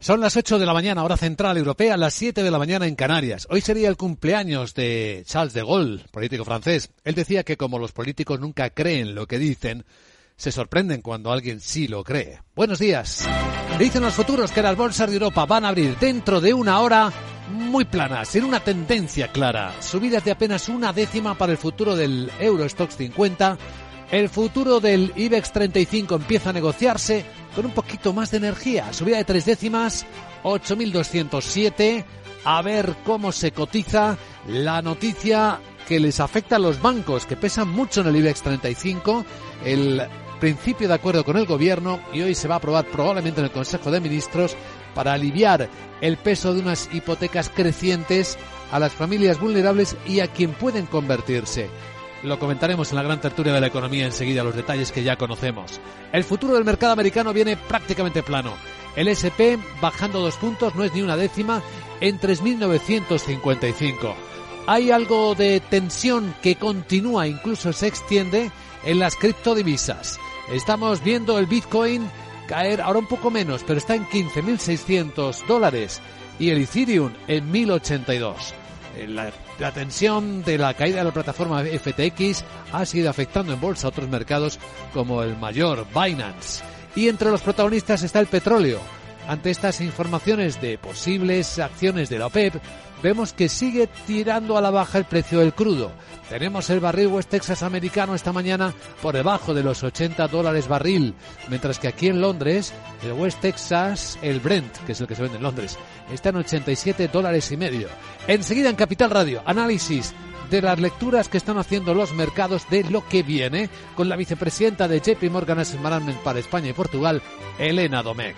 Son las 8 de la mañana, hora central europea, las 7 de la mañana en Canarias. Hoy sería el cumpleaños de Charles de Gaulle, político francés. Él decía que como los políticos nunca creen lo que dicen, se sorprenden cuando alguien sí lo cree. Buenos días. Dicen los futuros que las bolsas de Europa van a abrir dentro de una hora muy planas, sin una tendencia clara. Subidas de apenas una décima para el futuro del Eurostoxx 50. El futuro del IBEX 35 empieza a negociarse con un poquito más de energía. Subida de 3 décimas, 8.207. A ver cómo se cotiza la noticia que les afecta a los bancos, que pesan mucho en el IBEX 35. El principio de acuerdo con el gobierno, y hoy se va a aprobar probablemente en el Consejo de Ministros para aliviar el peso de unas hipotecas crecientes a las familias vulnerables y a quien pueden convertirse. Lo comentaremos en la gran tertulia de la economía enseguida, los detalles que ya conocemos. El futuro del mercado americano viene prácticamente plano. El S&P bajando 2 puntos, no es ni una décima, en 3.955. Hay algo de tensión que continúa, incluso se extiende en las criptodivisas. Estamos viendo el Bitcoin caer ahora un poco menos, pero está en $15.600 y el Ethereum en 1.082. La tensión de la caída de la plataforma FTX ha sido afectando en bolsa a otros mercados como el mayor Binance. Y entre los protagonistas está el petróleo. Ante estas informaciones de posibles acciones de la OPEP, vemos que sigue tirando a la baja el precio del crudo. Tenemos el barril West Texas americano esta mañana por debajo de los $80 barril, mientras que aquí en Londres, el West Texas, el Brent, que es el que se vende en Londres, está en $87.50. Enseguida en Capital Radio, análisis de las lecturas que están haciendo los mercados de lo que viene, con la vicepresidenta de JP Morgan Asset Management para España y Portugal, Elena Domecq.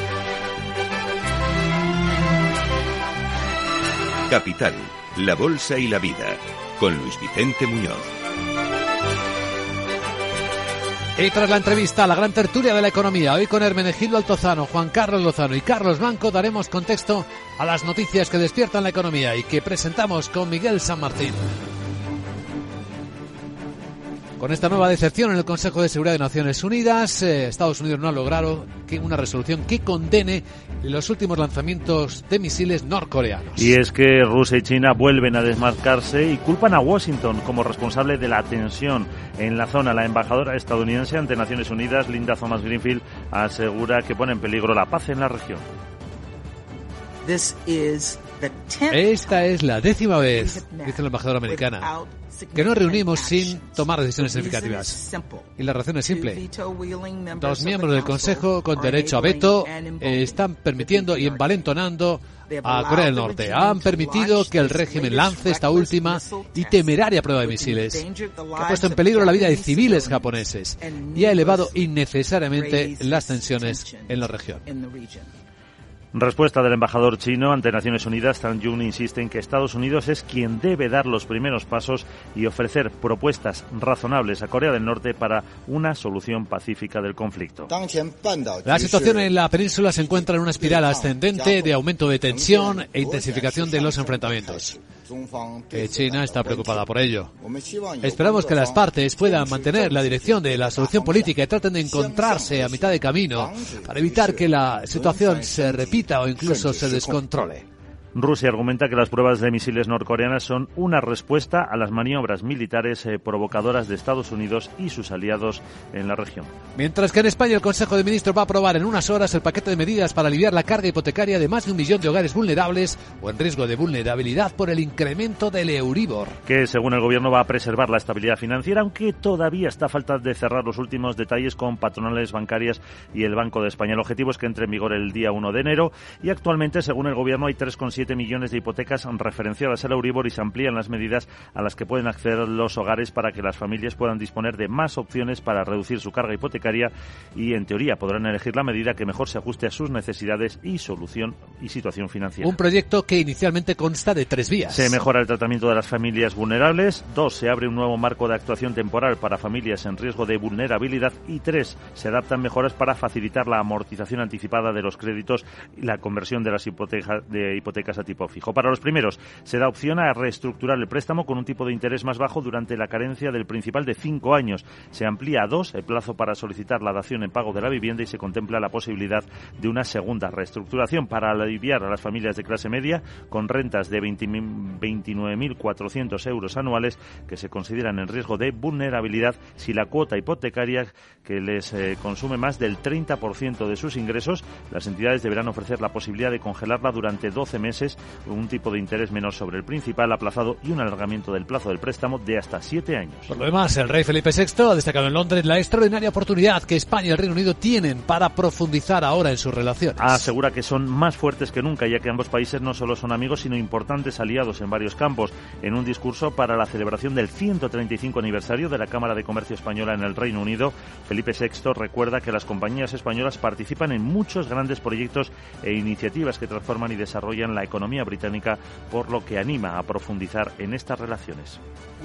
Capital, la bolsa y la vida, con Luis Vicente Muñoz. Y tras la entrevista a la gran tertulia de la economía, hoy con Hermenegildo Altozano, Juan Carlos Lozano y Carlos Blanco, daremos contexto a las noticias que despiertan la economía y que presentamos con Miguel San Martín. Con esta nueva decepción en el Consejo de Seguridad de Naciones Unidas, Estados Unidos no ha logrado una resolución que condene los últimos lanzamientos de misiles norcoreanos. Y es que Rusia y China vuelven a desmarcarse y culpan a Washington como responsable de la tensión en la zona. La embajadora estadounidense ante Naciones Unidas, Linda Thomas-Greenfield, asegura que pone en peligro la paz en la región. Esta es la 10ª vez, dice la embajadora americana, que nos reunimos sin tomar decisiones significativas. Y la razón es simple. 2 miembros del Consejo con derecho a veto están permitiendo y envalentonando a Corea del Norte. Han permitido que el régimen lance esta última y temeraria prueba de misiles, que ha puesto en peligro la vida de civiles japoneses y ha elevado innecesariamente las tensiones en la región. Respuesta del embajador chino ante Naciones Unidas. Tang Jun insiste en que Estados Unidos es quien debe dar los primeros pasos y ofrecer propuestas razonables a Corea del Norte para una solución pacífica del conflicto. La situación en la península se encuentra en una espiral ascendente de aumento de tensión e intensificación de los enfrentamientos. China está preocupada por ello. Esperamos que las partes puedan mantener la dirección de la solución política y traten de encontrarse a mitad de camino para evitar que la situación se repita o incluso se descontrole. Rusia argumenta que las pruebas de misiles norcoreanas son una respuesta a las maniobras militares provocadoras de Estados Unidos y sus aliados en la región. Mientras que en España el Consejo de Ministros va a aprobar en unas horas el paquete de medidas para aliviar la carga hipotecaria de más de 1 millón de hogares vulnerables o en riesgo de vulnerabilidad por el incremento del Euribor. Que según el gobierno va a preservar la estabilidad financiera, aunque todavía está a falta de cerrar los últimos detalles con patronales bancarias y el Banco de España. El objetivo es que entre en vigor el día 1 de enero y actualmente, según el gobierno, hay 3,7 millones de hipotecas referenciadas al Euribor y se amplían las medidas a las que pueden acceder los hogares para que las familias puedan disponer de más opciones para reducir su carga hipotecaria y, en teoría, podrán elegir la medida que mejor se ajuste a sus necesidades y situación financiera. Un proyecto que inicialmente consta de 3 vías. Se mejora el tratamiento de las familias vulnerables. 2. Se abre un nuevo marco de actuación temporal para familias en riesgo de vulnerabilidad. Y 3. Se adaptan mejoras para facilitar la amortización anticipada de los créditos y la conversión de las hipotecas hipotecas a tipo fijo. Para los primeros, se da opción a reestructurar el préstamo con un tipo de interés más bajo durante la carencia del principal de 5 años. Se amplía a 2 el plazo para solicitar la dación en pago de la vivienda y se contempla la posibilidad de una segunda reestructuración para aliviar a las familias de clase media con rentas de 29.400 euros anuales que se consideran en riesgo de vulnerabilidad si la cuota hipotecaria que les consume más del 30% de sus ingresos. Las entidades deberán ofrecer la posibilidad de congelarla durante 12 meses, un tipo de interés menor sobre el principal aplazado y un alargamiento del plazo del préstamo de hasta 7 años. Por lo demás, el rey Felipe VI ha destacado en Londres la extraordinaria oportunidad que España y el Reino Unido tienen para profundizar ahora en sus relaciones. Asegura que son más fuertes que nunca, ya que ambos países no solo son amigos, sino importantes aliados en varios campos. En un discurso para la celebración del 135 aniversario de la Cámara de Comercio Española en el Reino Unido, Felipe VI recuerda que las compañías españolas participan en muchos grandes proyectos e iniciativas que transforman y desarrollan la economía británica, por lo que anima a profundizar en estas relaciones.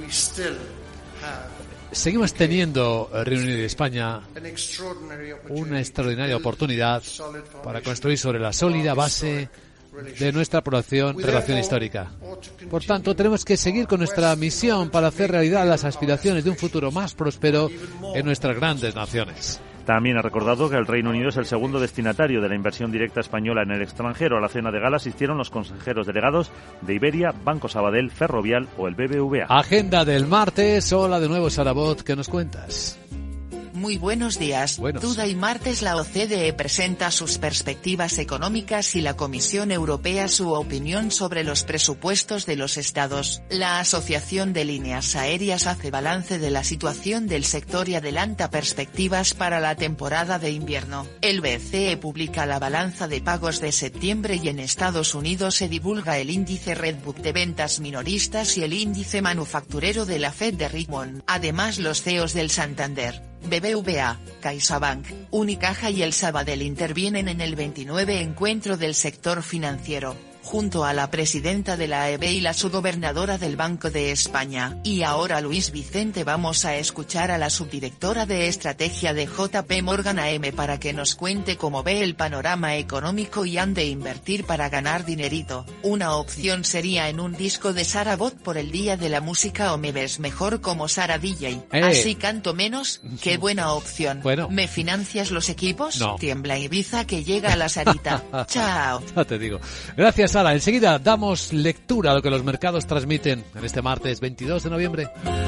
Seguimos teniendo, Reino Unido y España, una extraordinaria oportunidad para construir sobre la sólida base de nuestra relación histórica. Por tanto, tenemos que seguir con nuestra misión para hacer realidad las aspiraciones de un futuro más próspero en nuestras grandes naciones. También ha recordado que el Reino Unido es el segundo destinatario de la inversión directa española en el extranjero. A la cena de gala asistieron los consejeros delegados de Iberia, Banco Sabadell, Ferrovial o el BBVA. Agenda del martes. Hola de nuevo, Sara Bot, ¿qué nos cuentas? Muy buenos días. Duda y martes la OCDE presenta sus perspectivas económicas y la Comisión Europea su opinión sobre los presupuestos de los estados. La Asociación de Líneas Aéreas hace balance de la situación del sector y adelanta perspectivas para la temporada de invierno. El BCE publica la balanza de pagos de septiembre y en Estados Unidos se divulga el índice Redbook de ventas minoristas y el índice manufacturero de la Fed de Richmond. Además, los CEOs del Santander, BBVA, CaixaBank, Unicaja y el Sabadell intervienen en el 29 encuentro del sector financiero, junto a la presidenta de la AEB y la subgobernadora del Banco de España. Y ahora, Luis Vicente, vamos a escuchar a la subdirectora de estrategia de JP Morgan AM para que nos cuente cómo ve el panorama económico y han de invertir para ganar dinerito. Una opción sería en un disco de Sara Bot por el Día de la Música, o me ves mejor como Sara DJ. Así canto menos. Qué buena opción. Bueno. ¿Me financias los equipos? No. Tiembla Ibiza que llega a la Sarita. Chao. Ya te digo. Gracias, Sara. Enseguida damos lectura a lo que los mercados transmiten en este martes 22 de noviembre.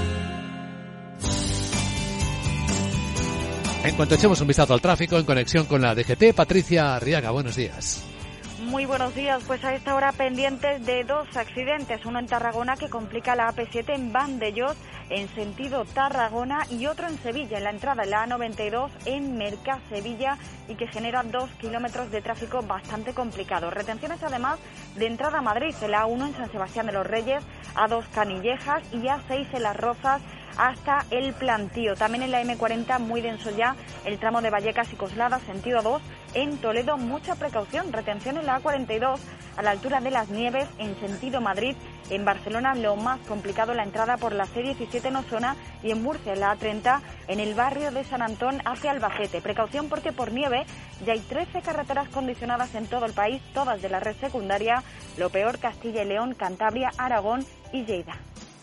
En cuanto echemos un vistazo al tráfico, en conexión con la DGT, Patricia Arriaga, buenos días. Muy buenos días, pues a esta hora pendientes de dos accidentes, uno en Tarragona que complica la AP7 en Vandellós en sentido Tarragona y otro en Sevilla, en la entrada en la A92 en Mercasevilla y que genera 2 kilómetros de tráfico bastante complicado. Retenciones además de entrada a Madrid, en la A1 en San Sebastián de los Reyes, A2 Canillejas y A6 en Las Rozas hasta el Plantío. También en la M40 muy denso ya el tramo de Vallecas y Coslada, sentido 2 en Toledo. Mucha precaución, retención en la A42 a la altura de Las Nieves en sentido Madrid. En Barcelona lo más complicado la entrada por la C17 en Osona y en Murcia en la A30 en el barrio de San Antón hacia Albacete. Precaución porque por nieve ya hay 13 carreteras condicionadas en todo el país, todas de la red secundaria. Lo peor, Castilla y León, Cantabria, Aragón y Lleida.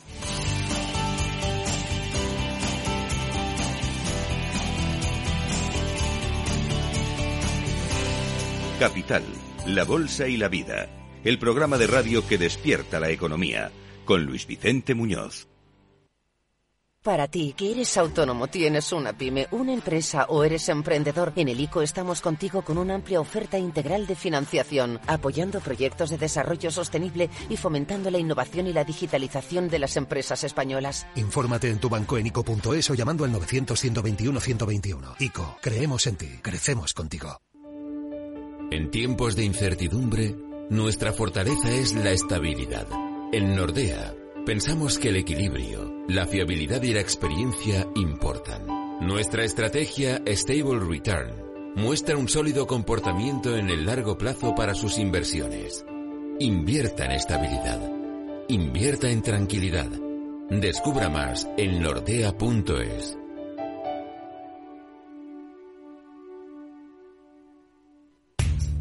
Capital, la Bolsa y la Vida. El programa de radio que despierta la economía. Con Luis Vicente Muñoz. Para ti, que eres autónomo, tienes una pyme, una empresa o eres emprendedor, en el ICO estamos contigo con una amplia oferta integral de financiación, apoyando proyectos de desarrollo sostenible y fomentando la innovación y la digitalización de las empresas españolas. Infórmate en tu banco en ICO.es o llamando al 900-121-121. ICO, creemos en ti, crecemos contigo. En tiempos de incertidumbre, nuestra fortaleza es la estabilidad. En Nordea, pensamos que el equilibrio, la fiabilidad y la experiencia importan. Nuestra estrategia Stable Return muestra un sólido comportamiento en el largo plazo para sus inversiones. Invierta en estabilidad. Invierta en tranquilidad. Descubra más en nordea.es.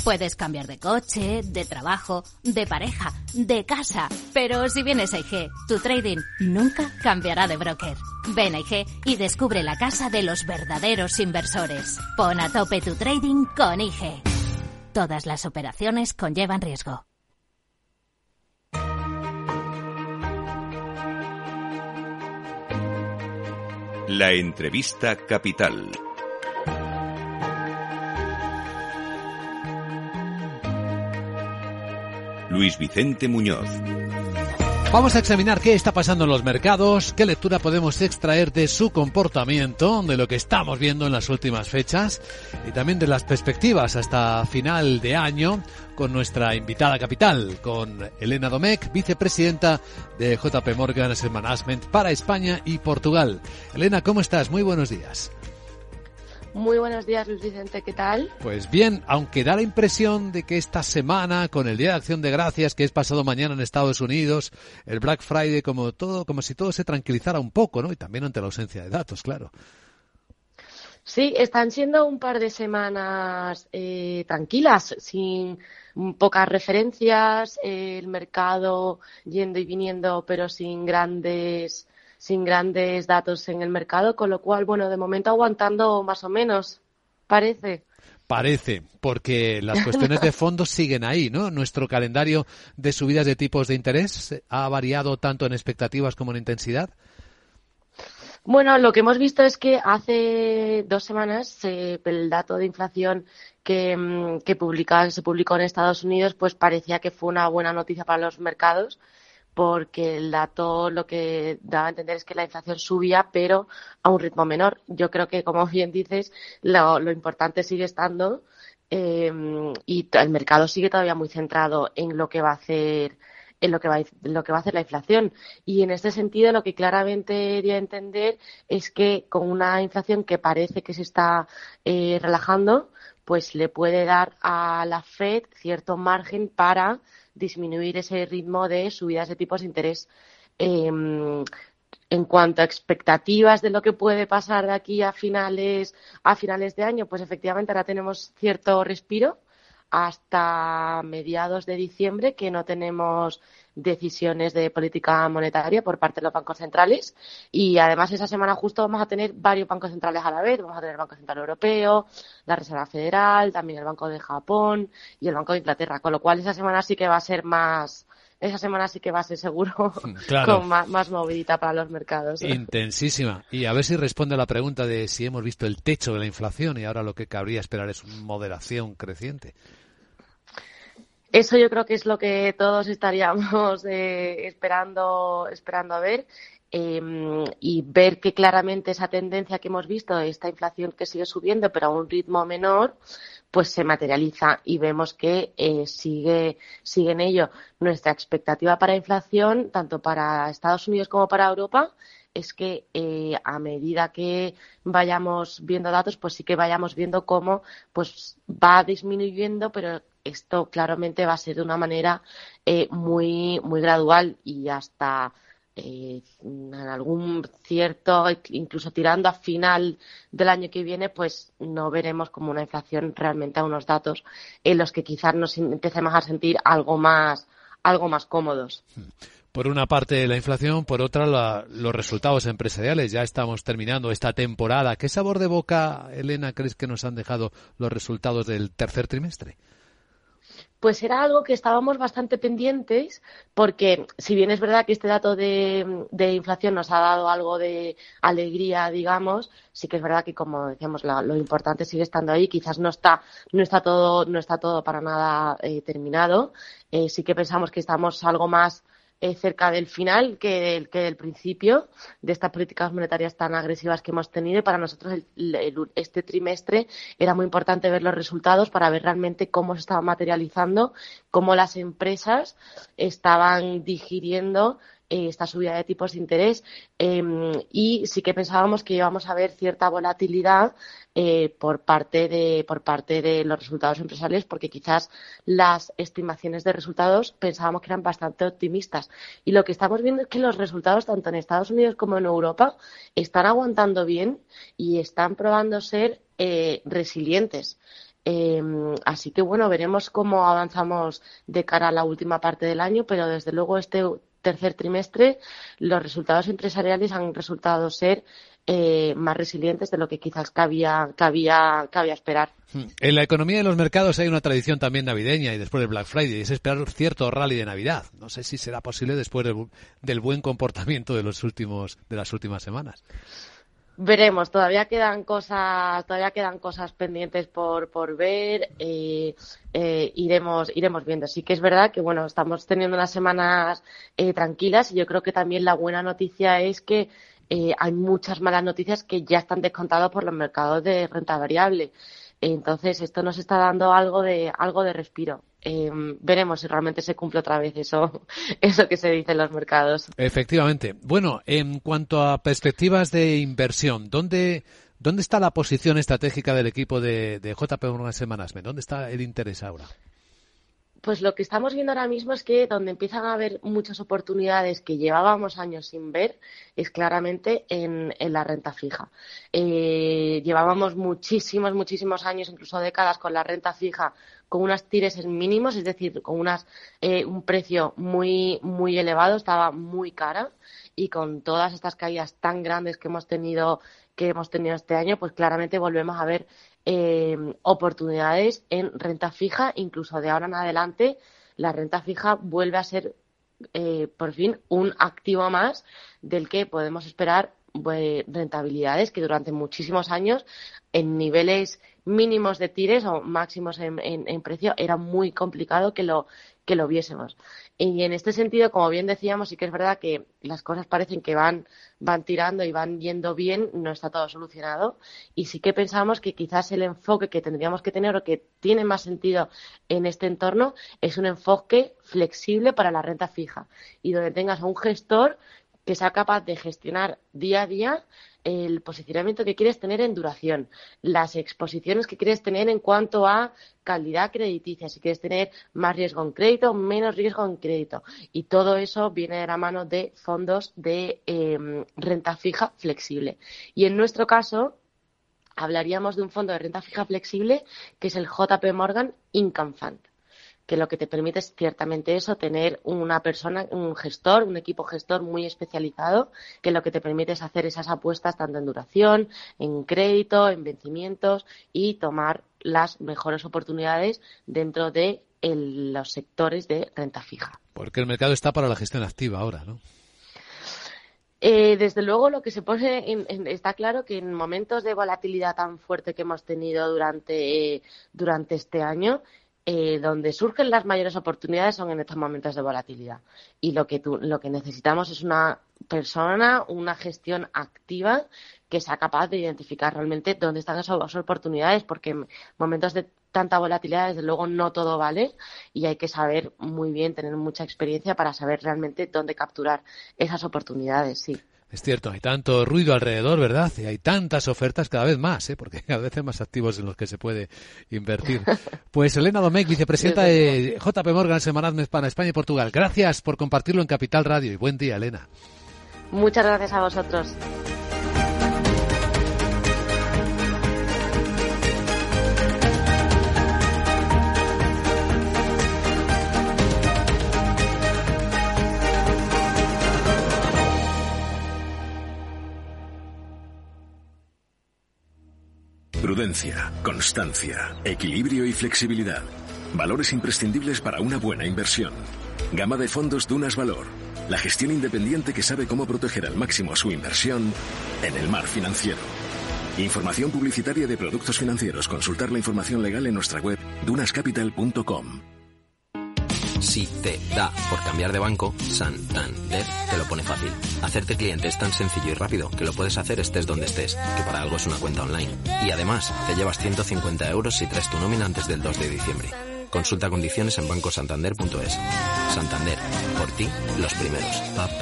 Puedes cambiar de coche, de trabajo, de pareja, de casa. Pero si vienes a IG, tu trading nunca cambiará de broker. Ven a IG y descubre la casa de los verdaderos inversores. Pon a tope tu trading con IG. Todas las operaciones conllevan riesgo. La entrevista capital. Luis Vicente Muñoz. Vamos a examinar qué está pasando en los mercados, qué lectura podemos extraer de su comportamiento, de lo que estamos viendo en las últimas fechas y también de las perspectivas hasta final de año con nuestra invitada capital, con Elena Domecq, vicepresidenta de JP Morgan Asset Management para España y Portugal. Elena, ¿cómo estás? Muy buenos días. Muy buenos días, Luis Vicente, ¿qué tal? Pues bien, aunque da la impresión de que esta semana, con el Día de Acción de Gracias, que es pasado mañana en Estados Unidos, el Black Friday, como si todo se tranquilizara un poco, ¿no? Y también ante la ausencia de datos, claro. Sí, están siendo un par de semanas tranquilas, sin pocas referencias, el mercado yendo y viniendo, pero sin grandes datos en el mercado, con lo cual, bueno, de momento aguantando más o menos, parece. Parece, porque las cuestiones de fondo siguen ahí, ¿no? Nuestro calendario de subidas de tipos de interés ha variado tanto en expectativas como en intensidad. Bueno, lo que hemos visto es que hace 2 semanas el dato de inflación que se publicó en Estados Unidos, pues parecía que fue una buena noticia para los mercados, porque el dato lo que daba a entender es que la inflación subía, pero a un ritmo menor. Yo creo que, como bien dices, lo importante sigue estando y el mercado sigue todavía muy centrado en lo que va a hacer la inflación. Y en este sentido, lo que claramente dio a entender es que con una inflación que parece que se está relajando, pues le puede dar a la Fed cierto margen para disminuir ese ritmo de subidas de tipos de interés. En cuanto a expectativas de lo que puede pasar de aquí a finales de año, pues efectivamente ahora tenemos cierto respiro hasta mediados de diciembre, que no tenemos decisiones de política monetaria por parte de los bancos centrales, y además esa semana justo vamos a tener varios bancos centrales a la vez. Vamos a tener el Banco Central Europeo, la Reserva Federal, también el Banco de Japón y el Banco de Inglaterra, con lo cual esa semana sí que va a ser seguro, claro, con más movidita para los mercados. Intensísima. Y a ver si responde a la pregunta de si hemos visto el techo de la inflación y ahora lo que cabría esperar es una moderación creciente. Eso yo creo que es lo que todos estaríamos esperando a ver. Y ver que claramente esa tendencia que hemos visto, esta inflación que sigue subiendo pero a un ritmo menor, pues se materializa y vemos que sigue en ello. Nuestra expectativa para inflación, tanto para Estados Unidos como para Europa, es que a medida que vayamos viendo datos, pues sí que vayamos viendo cómo pues va disminuyendo, pero esto claramente va a ser de una manera muy, muy gradual y hasta en algún cierto, incluso tirando a final del año que viene, pues no veremos como una inflación realmente a unos datos en los que quizás nos empecemos a sentir algo más cómodos. Por una parte la inflación, por otra los resultados empresariales. Ya estamos terminando esta temporada. ¿Qué sabor de boca, Elena, crees que nos han dejado los resultados del tercer trimestre? Pues era algo que estábamos bastante pendientes, porque si bien es verdad que este dato de inflación nos ha dado algo de alegría, digamos, sí que es verdad que, como decíamos, lo importante sigue estando ahí. Quizás no está todo para nada terminado. Sí que pensamos que estamos algo más cerca del final que del principio de estas políticas monetarias tan agresivas que hemos tenido, y para nosotros este trimestre era muy importante ver los resultados para ver realmente cómo se estaba materializando, cómo las empresas estaban digiriendo esta subida de tipos de interés, y sí que pensábamos que íbamos a ver cierta volatilidad por parte de los resultados empresariales, porque quizás las estimaciones de resultados pensábamos que eran bastante optimistas, y lo que estamos viendo es que los resultados tanto en Estados Unidos como en Europa están aguantando bien y están probando ser resilientes. Así que bueno, veremos cómo avanzamos de cara a la última parte del año, pero desde luego este tercer trimestre los resultados empresariales han resultado ser más resilientes de lo que quizás cabía esperar. En la economía de los mercados hay una tradición también navideña y después del Black Friday, es esperar cierto rally de Navidad. No sé si será posible después del buen comportamiento de las últimas semanas. Veremos, todavía quedan cosas pendientes por ver, iremos viendo. Sí que es verdad que bueno, estamos teniendo unas semanas tranquilas y yo creo que también la buena noticia es que hay muchas malas noticias que ya están descontadas por los mercados de renta variable. Entonces esto nos está dando algo de respiro. Veremos si realmente se cumple otra vez eso que se dice en los mercados. Efectivamente. Bueno, en cuanto a perspectivas de inversión, ¿dónde está la posición estratégica del equipo de JP Morgan Management? ¿Dónde está el interés ahora? Pues lo que estamos viendo ahora mismo es que donde empiezan a haber muchas oportunidades que llevábamos años sin ver es claramente en la renta fija. Llevábamos muchísimos años, incluso décadas, con la renta fija con unas tires en mínimos, es decir, con un precio muy elevado, estaba muy cara, y con todas estas caídas tan grandes que hemos tenido este año, pues claramente volvemos a ver oportunidades en renta fija. Incluso de ahora en adelante la renta fija vuelve a ser por fin un activo más del que podemos esperar rentabilidades que durante muchísimos años en niveles mínimos de tires o máximos en precio era muy complicado que lo viésemos. Y en este sentido, como bien decíamos, sí que es verdad que las cosas parecen que van tirando y van yendo bien, no está todo solucionado, y sí que pensamos que quizás el enfoque que tendríamos que tener o que tiene más sentido en este entorno es un enfoque flexible para la renta fija y donde tengas a un gestor que sea capaz de gestionar día a día el posicionamiento que quieres tener en duración, las exposiciones que quieres tener en cuanto a calidad crediticia, si quieres tener más riesgo en crédito, menos riesgo en crédito. Y todo eso viene de la mano de fondos de renta fija flexible. Y en nuestro caso, hablaríamos de un fondo de renta fija flexible que es el JP Morgan Income Fund, que lo que te permite es ciertamente eso, tener una persona, un gestor, un equipo gestor muy especializado, que lo que te permite es hacer esas apuestas tanto en duración, en crédito, en vencimientos y tomar las mejores oportunidades dentro de los sectores de renta fija. Porque el mercado está para la gestión activa ahora, ¿no? Desde luego lo que se pone está claro que en momentos de volatilidad tan fuerte que hemos tenido durante este año, donde surgen las mayores oportunidades son en estos momentos de volatilidad. Y lo que necesitamos es una persona, una gestión activa que sea capaz de identificar realmente dónde están esas oportunidades, porque en momentos de tanta volatilidad, desde luego, no todo vale y hay que saber muy bien, tener mucha experiencia para saber realmente dónde capturar esas oportunidades, sí. Es cierto, hay tanto ruido alrededor, ¿verdad? Y hay tantas ofertas cada vez más, porque cada vez hay más activos en los que se puede invertir. Pues Elena Domecq, vicepresidenta de JP Morgan Management para España y Portugal. Gracias por compartirlo en Capital Radio y buen día, Elena. Muchas gracias a vosotros. Prudencia, constancia, equilibrio y flexibilidad. Valores imprescindibles para una buena inversión. Gama de fondos Dunas Valor. La gestión independiente que sabe cómo proteger al máximo su inversión en el mar financiero. Información publicitaria de productos financieros. Consultar la información legal en nuestra web dunascapital.com. Si te da por cambiar de banco, Santander te lo pone fácil. Hacerte cliente es tan sencillo y rápido que lo puedes hacer estés donde estés, que para algo es una cuenta online. Y además, te llevas 150 euros si traes tu nómina antes del 2 de diciembre. Consulta condiciones en bancosantander.es. Santander, por ti, los primeros.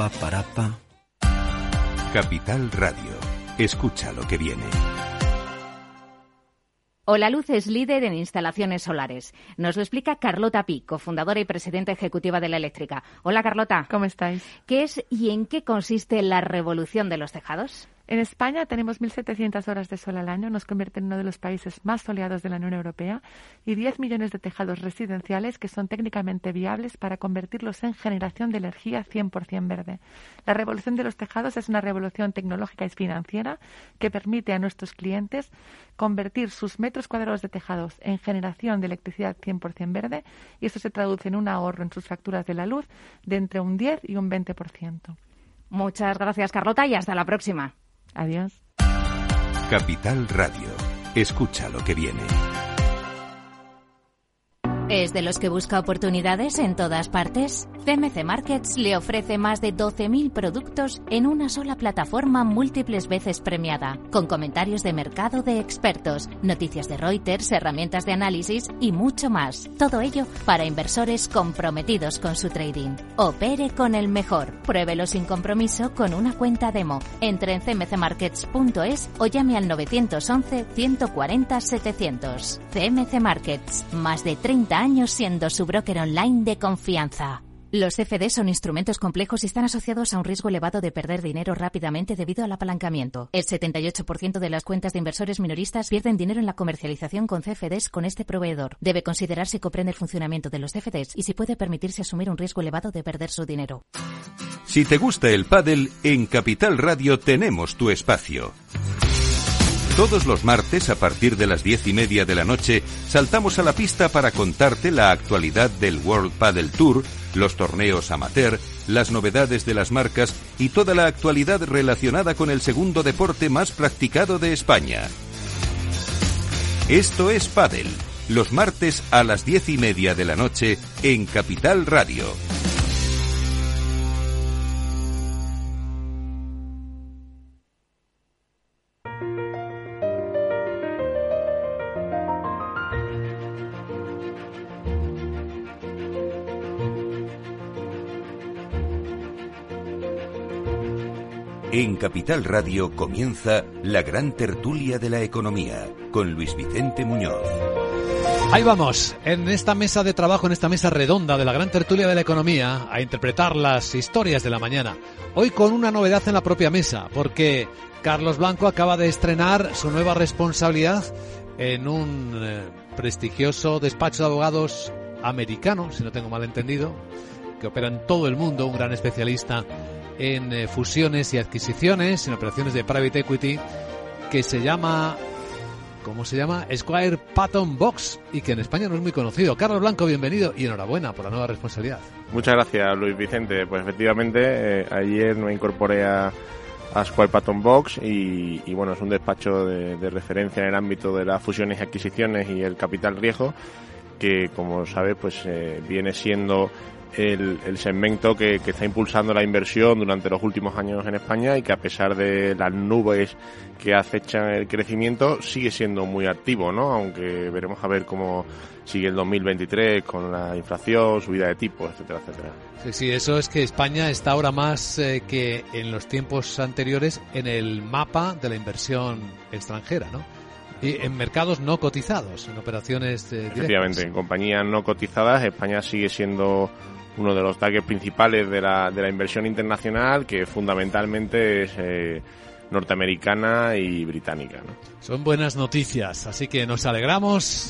Capital Radio. Escucha lo que viene. Holaluz es líder en instalaciones solares. Nos lo explica Carlota Pi, cofundadora y presidenta ejecutiva de La Eléctrica. Hola, Carlota. ¿Cómo estáis? ¿Qué es y en qué consiste la revolución de los tejados? En España tenemos 1.700 horas de sol al año, nos convierte en uno de los países más soleados de la Unión Europea, y 10 millones de tejados residenciales que son técnicamente viables para convertirlos en generación de energía 100% verde. La revolución de los tejados es una revolución tecnológica y financiera que permite a nuestros clientes convertir sus metros cuadrados de tejados en generación de electricidad 100% verde, y eso se traduce en un ahorro en sus facturas de la luz de entre un 10 y un 20%. Muchas gracias, Carlota, y hasta la próxima. Adiós. Capital Radio. Escucha lo que viene. ¿Es de los que busca oportunidades en todas partes? CMC Markets le ofrece más de 12.000 productos en una sola plataforma múltiples veces premiada, con comentarios de mercado de expertos, noticias de Reuters, herramientas de análisis y mucho más. Todo ello para inversores comprometidos con su trading. Opere con el mejor. Pruébelo sin compromiso con una cuenta demo. Entre en cmcmarkets.es o llame al 911 140 700. CMC Markets, más de 30 años siendo su broker online de confianza. Los CFD son instrumentos complejos y están asociados a un riesgo elevado de perder dinero rápidamente debido al apalancamiento. El 78% de las cuentas de inversores minoristas pierden dinero en la comercialización con CFDs con este proveedor. Debe considerar si comprende el funcionamiento de los CFDs y si puede permitirse asumir un riesgo elevado de perder su dinero. Si te gusta el pádel, en Capital Radio tenemos tu espacio. Todos los martes, a partir de las 10:30 de la noche, saltamos a la pista para contarte la actualidad del World Padel Tour, los torneos amateur, las novedades de las marcas y toda la actualidad relacionada con el segundo deporte más practicado de España. Esto es Pádel, los martes a las 10:30 de la noche en Capital Radio. En Capital Radio comienza la gran tertulia de la economía con Luis Vicente Muñoz. Ahí vamos, en esta mesa de trabajo, en esta mesa redonda de la gran tertulia de la economía, a interpretar las historias de la mañana. Hoy con una novedad en la propia mesa, porque Carlos Blanco acaba de estrenar su nueva responsabilidad en un prestigioso despacho de abogados americano, si no tengo mal entendido, que opera en todo el mundo, un gran especialista en fusiones y adquisiciones, en operaciones de private equity, que se llama, ¿cómo se llama? Squire Patton Boggs, y que en España no es muy conocido. Carlos Blanco, bienvenido y enhorabuena por la nueva responsabilidad. Muchas gracias, Luis Vicente. Pues efectivamente, ayer me incorporé a Squire Patton Boggs y bueno, es un despacho de referencia en el ámbito de las fusiones y adquisiciones y el capital riesgo, que como sabes, pues viene siendo el segmento que está impulsando la inversión durante los últimos años en España y que a pesar de las nubes que acechan el crecimiento sigue siendo muy activo, ¿no? Aunque veremos a ver cómo sigue el 2023 con la inflación, subida de tipos, etcétera, etcétera. Sí, eso es que España está ahora más que en los tiempos anteriores en el mapa de la inversión extranjera, ¿no? Y en mercados no cotizados, en operaciones directas. Efectivamente, en compañías no cotizadas, España sigue siendo uno de los targets principales de la inversión internacional, que fundamentalmente es norteamericana y británica, ¿no? Son buenas noticias, así que nos alegramos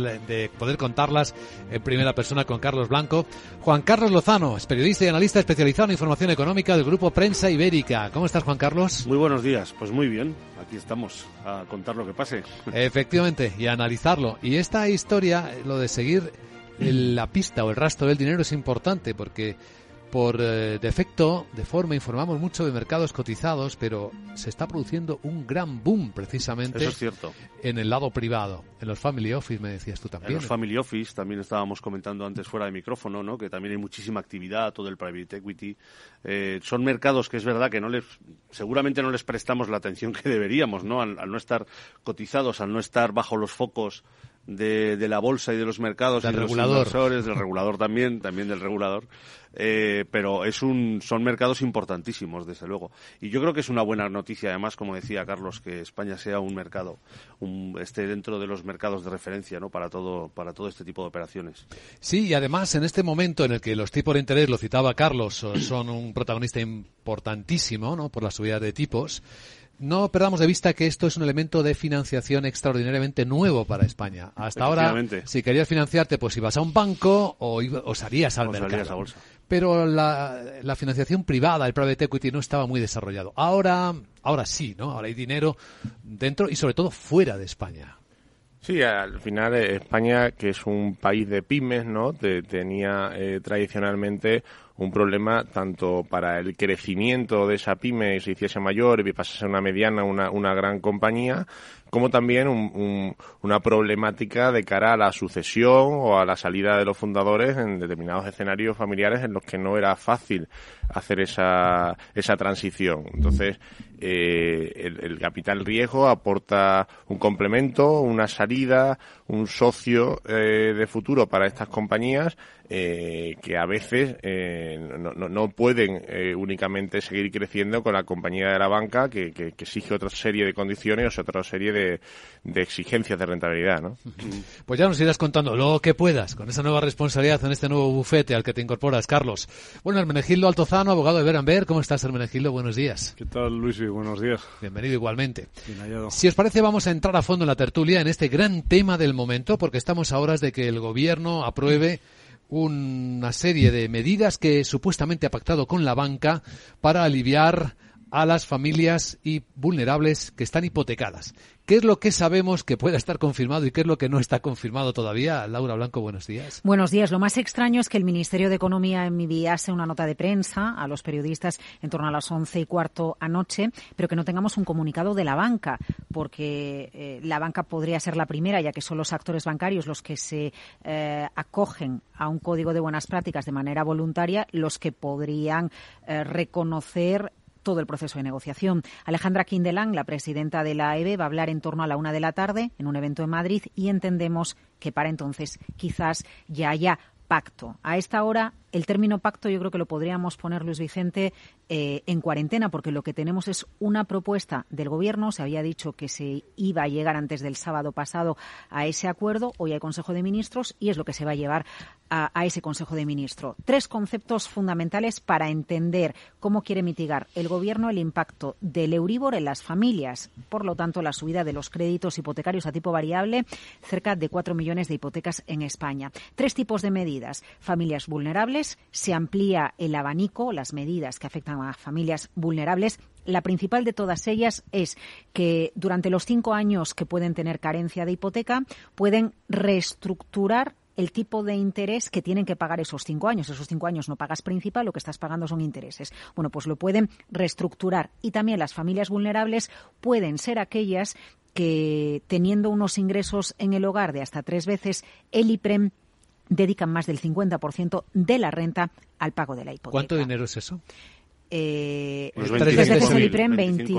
de poder contarlas en primera persona con Carlos Blanco. Juan Carlos Lozano es periodista y analista especializado en información económica del Grupo Prensa Ibérica. ¿Cómo estás, Juan Carlos? Muy buenos días, pues muy bien, aquí estamos a contar lo que pase. Efectivamente, y a analizarlo. Y esta historia, lo de seguir la pista o el rastro del dinero es importante porque por defecto, de forma, informamos mucho de mercados cotizados, pero se está produciendo un gran boom precisamente. Eso es cierto. En el lado privado, en los family office, me decías tú también. En los family office, también estábamos comentando antes fuera de micrófono, ¿no? Que también hay muchísima actividad, todo el private equity. Son mercados que es verdad que seguramente no les prestamos la atención que deberíamos, ¿no? Al no estar cotizados, al no estar bajo los focos de la bolsa y de los mercados del y de regulador. Los inversores, del regulador también del regulador, pero son mercados importantísimos, desde luego. Y yo creo que es una buena noticia, además, como decía Carlos, que España sea un mercado, esté dentro de los mercados de referencia, ¿no? para todo este tipo de operaciones. Sí, y además en este momento en el que los tipos de interés, lo citaba Carlos, son un protagonista importantísimo, ¿no? Por la subida de tipos. No perdamos de vista que esto es un elemento de financiación extraordinariamente nuevo para España. Hasta ahora, si querías financiarte, pues ibas a un banco o salías al mercado. Salías a bolsa. Pero la financiación privada, el private equity, no estaba muy desarrollado. Ahora sí, ¿no? Ahora hay dinero dentro y sobre todo fuera de España. Sí, al final España, que es un país de pymes, ¿no? Tenía tradicionalmente un problema tanto para el crecimiento de esa pyme, se hiciese mayor y pasase a una mediana, una gran compañía, como también una problemática de cara a la sucesión o a la salida de los fundadores en determinados escenarios familiares en los que no era fácil hacer esa transición. Entonces, el capital riesgo aporta un complemento, una salida, un socio de futuro para estas compañías que a veces no pueden únicamente seguir creciendo con la compañía de la banca que exige otra serie de condiciones o otra serie de exigencias de rentabilidad, ¿no? Pues ya nos irás contando lo que puedas con esa nueva responsabilidad en este nuevo bufete al que te incorporas, Carlos. Bueno, Hermenegildo Altozano, abogado de Berenberg. ¿Cómo estás, Hermenegildo? Buenos días. ¿Qué tal, Luis? Buenos días. Bienvenido igualmente. Bien hallado. Si os parece, vamos a entrar a fondo en la tertulia en este gran tema del momento, porque estamos a horas de que el gobierno apruebe una serie de medidas que supuestamente ha pactado con la banca para aliviar a las familias vulnerables que están hipotecadas. ¿Qué es lo que sabemos que pueda estar confirmado y qué es lo que no está confirmado todavía? Laura Blanco, buenos días. Buenos días. Lo más extraño es que el Ministerio de Economía enviase una nota de prensa a los periodistas en torno a las 11:15 anoche, pero que no tengamos un comunicado de la banca, porque la banca podría ser la primera, ya que son los actores bancarios los que se acogen a un código de buenas prácticas de manera voluntaria, los que podrían reconocer todo el proceso de negociación. Alejandra Kindelán, la presidenta de la AEB, va a hablar en torno a la 1:00 p.m. en un evento en Madrid y entendemos que para entonces quizás ya haya pacto. A esta hora, el término pacto yo creo que lo podríamos poner, Luis Vicente, en cuarentena, porque lo que tenemos es una propuesta del Gobierno. Se había dicho que se iba a llegar antes del sábado pasado a ese acuerdo. Hoy hay Consejo de Ministros y es lo que se va a llevar a ese Consejo de Ministros. 3 conceptos fundamentales para entender cómo quiere mitigar el Gobierno el impacto del Euribor en las familias. Por lo tanto, la subida de los créditos hipotecarios a tipo variable, cerca de 4 millones de hipotecas en España. 3 tipos de medidas. Familias vulnerables, se amplía el abanico, las medidas que afectan a familias vulnerables. La principal de todas ellas es que durante los 5 años que pueden tener carencia de hipoteca, pueden reestructurar el tipo de interés que tienen que pagar esos 5 años. Esos 5 años no pagas principal, lo que estás pagando son intereses. Bueno, pues lo pueden reestructurar. Y también las familias vulnerables pueden ser aquellas que, teniendo unos ingresos en el hogar de hasta 3 veces el IPREM, dedican más del 50% de la renta al pago de la hipoteca. ¿Cuánto dinero es eso? 3 veces el IPREM,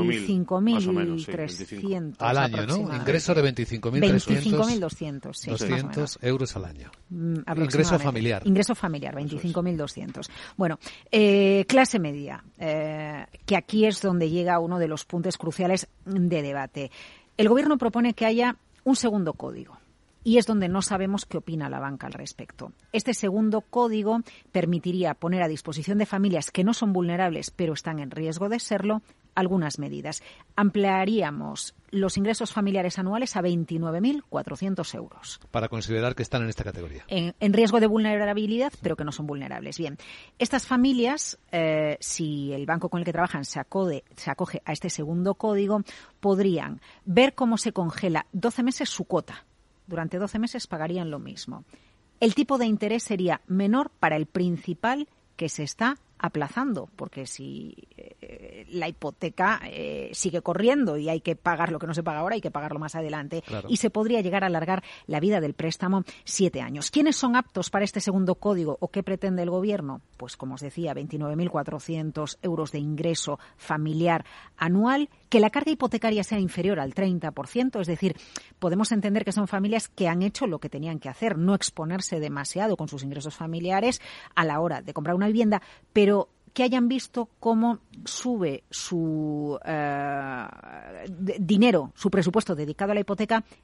25.300 al año, ¿no? Ingreso de 25.200, sí, 200 euros al año. Ingreso familiar. Ingreso familiar, 25.200. Bueno, clase media, que aquí es donde llega uno de los puntos cruciales de debate. El Gobierno propone que haya un segundo código. Y es donde no sabemos qué opina la banca al respecto. Este segundo código permitiría poner a disposición de familias que no son vulnerables, pero están en riesgo de serlo, algunas medidas. Ampliaríamos los ingresos familiares anuales a 29.400 euros. Para considerar que están en esta categoría. En riesgo de vulnerabilidad, pero que no son vulnerables. Bien, estas familias, si el banco con el que trabajan se acoge a este segundo código, podrían ver cómo se congela 12 meses su cuota. Durante 12 meses pagarían lo mismo. El tipo de interés sería menor para el principal que se está aplazando, porque si la hipoteca sigue corriendo y hay que pagar lo que no se paga ahora, hay que pagarlo más adelante. Claro. Y se podría llegar a alargar la vida del préstamo 7 años. ¿Quiénes son aptos para este segundo código o qué pretende el Gobierno? Pues, como os decía, 29.400 euros de ingreso familiar anual, que la carga hipotecaria sea inferior al 30%, es decir, podemos entender que son familias que han hecho lo que tenían que hacer, no exponerse demasiado con sus ingresos familiares a la hora de comprar una vivienda, pero que hayan visto cómo sube su dinero, su presupuesto dedicado a la hipoteca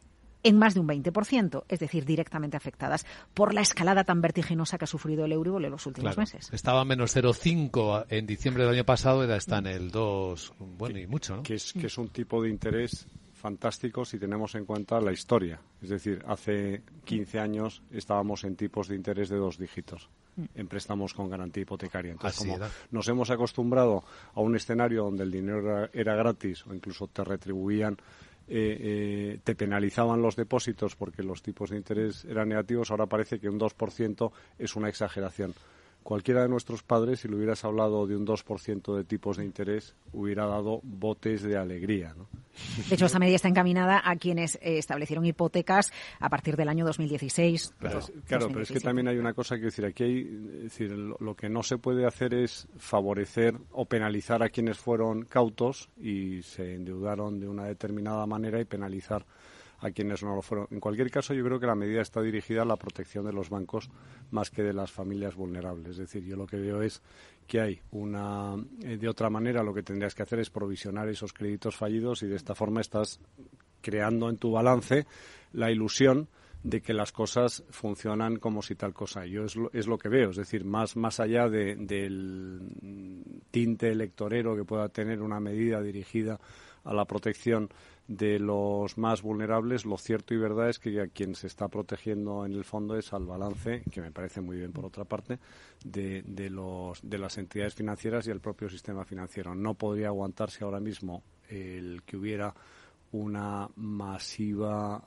en más de un 20%, es decir, directamente afectadas por la escalada tan vertiginosa que ha sufrido el Euribor en los últimos meses. Estaba a menos 0,5 en diciembre del año pasado, y ahora está en el 2, bueno, y mucho, ¿no? Que es un tipo de interés fantástico si tenemos en cuenta la historia. Es decir, hace 15 años estábamos en tipos de interés de 2 dígitos en préstamos con garantía hipotecaria. Entonces, como nos hemos acostumbrado a un escenario donde el dinero era gratis o incluso te retribuían, te penalizaban los depósitos porque los tipos de interés eran negativos, ahora parece que un 2% es una exageración. Cualquiera de nuestros padres, si le hubieras hablado de un 2% de tipos de interés, hubiera dado botes de alegría, ¿no? De hecho, esta medida está encaminada a quienes establecieron hipotecas a partir del año 2016. Pero es que también hay una cosa que decir. Aquí lo que no se puede hacer es favorecer o penalizar a quienes fueron cautos y se endeudaron de una determinada manera y penalizar a quienes no lo fueron. En cualquier caso, yo creo que la medida está dirigida a la protección de los bancos más que de las familias vulnerables. Es decir, yo lo que veo es que hay de otra manera lo que tendrías que hacer es provisionar esos créditos fallidos, y de esta forma estás creando en tu balance la ilusión de que las cosas funcionan como si tal cosa. Yo es lo que veo, es decir, más allá del tinte electorero que pueda tener una medida dirigida a la protección de los más vulnerables, lo cierto y verdad es que a quien se está protegiendo en el fondo es al balance, que me parece muy bien por otra parte, de las entidades financieras y el propio sistema financiero. No podría aguantarse ahora mismo el que hubiera un masivo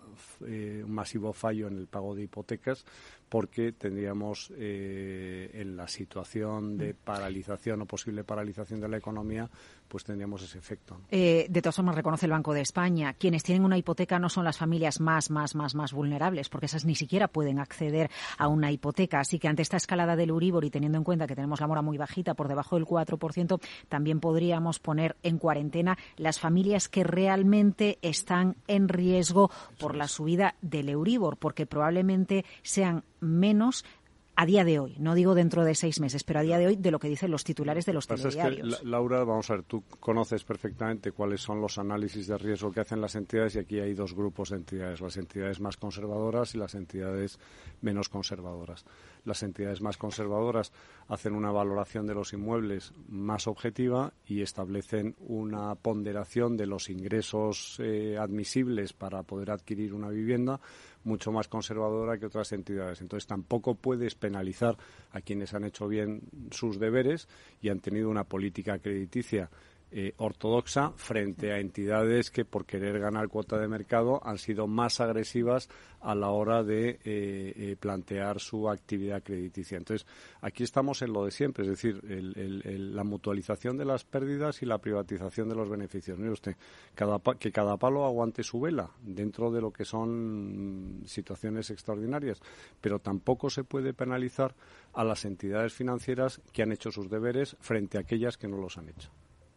fallo en el pago de hipotecas, porque tendríamos en la situación de paralización o posible paralización de la economía, pues tendríamos ese efecto. De todas formas, reconoce el Banco de España, quienes tienen una hipoteca no son las familias más vulnerables, porque esas ni siquiera pueden acceder a una hipoteca. Así que ante esta escalada del Euribor y teniendo en cuenta que tenemos la mora muy bajita, por debajo del 4%, también podríamos poner en cuarentena las familias que realmente están en riesgo por la subida del Euribor, porque probablemente sean menos a día de hoy, no digo dentro de 6 meses, pero a día de hoy, de lo que dicen los titulares de los telediarios. Es que, Laura, vamos a ver, tú conoces perfectamente cuáles son los análisis de riesgo que hacen las entidades, y aquí hay 2 grupos de entidades, las entidades más conservadoras y las entidades menos conservadoras. Las entidades más conservadoras hacen una valoración de los inmuebles más objetiva y establecen una ponderación de los ingresos admisibles para poder adquirir una vivienda mucho más conservadora que otras entidades. Entonces tampoco puedes penalizar a quienes han hecho bien sus deberes y han tenido una política crediticia ortodoxa frente a entidades que, por querer ganar cuota de mercado, han sido más agresivas a la hora de plantear su actividad crediticia. Entonces, aquí estamos en lo de siempre, es decir, la mutualización de las pérdidas y la privatización de los beneficios. Mire usted, que cada palo aguante su vela dentro de lo que son situaciones extraordinarias, pero tampoco se puede penalizar a las entidades financieras que han hecho sus deberes frente a aquellas que no los han hecho.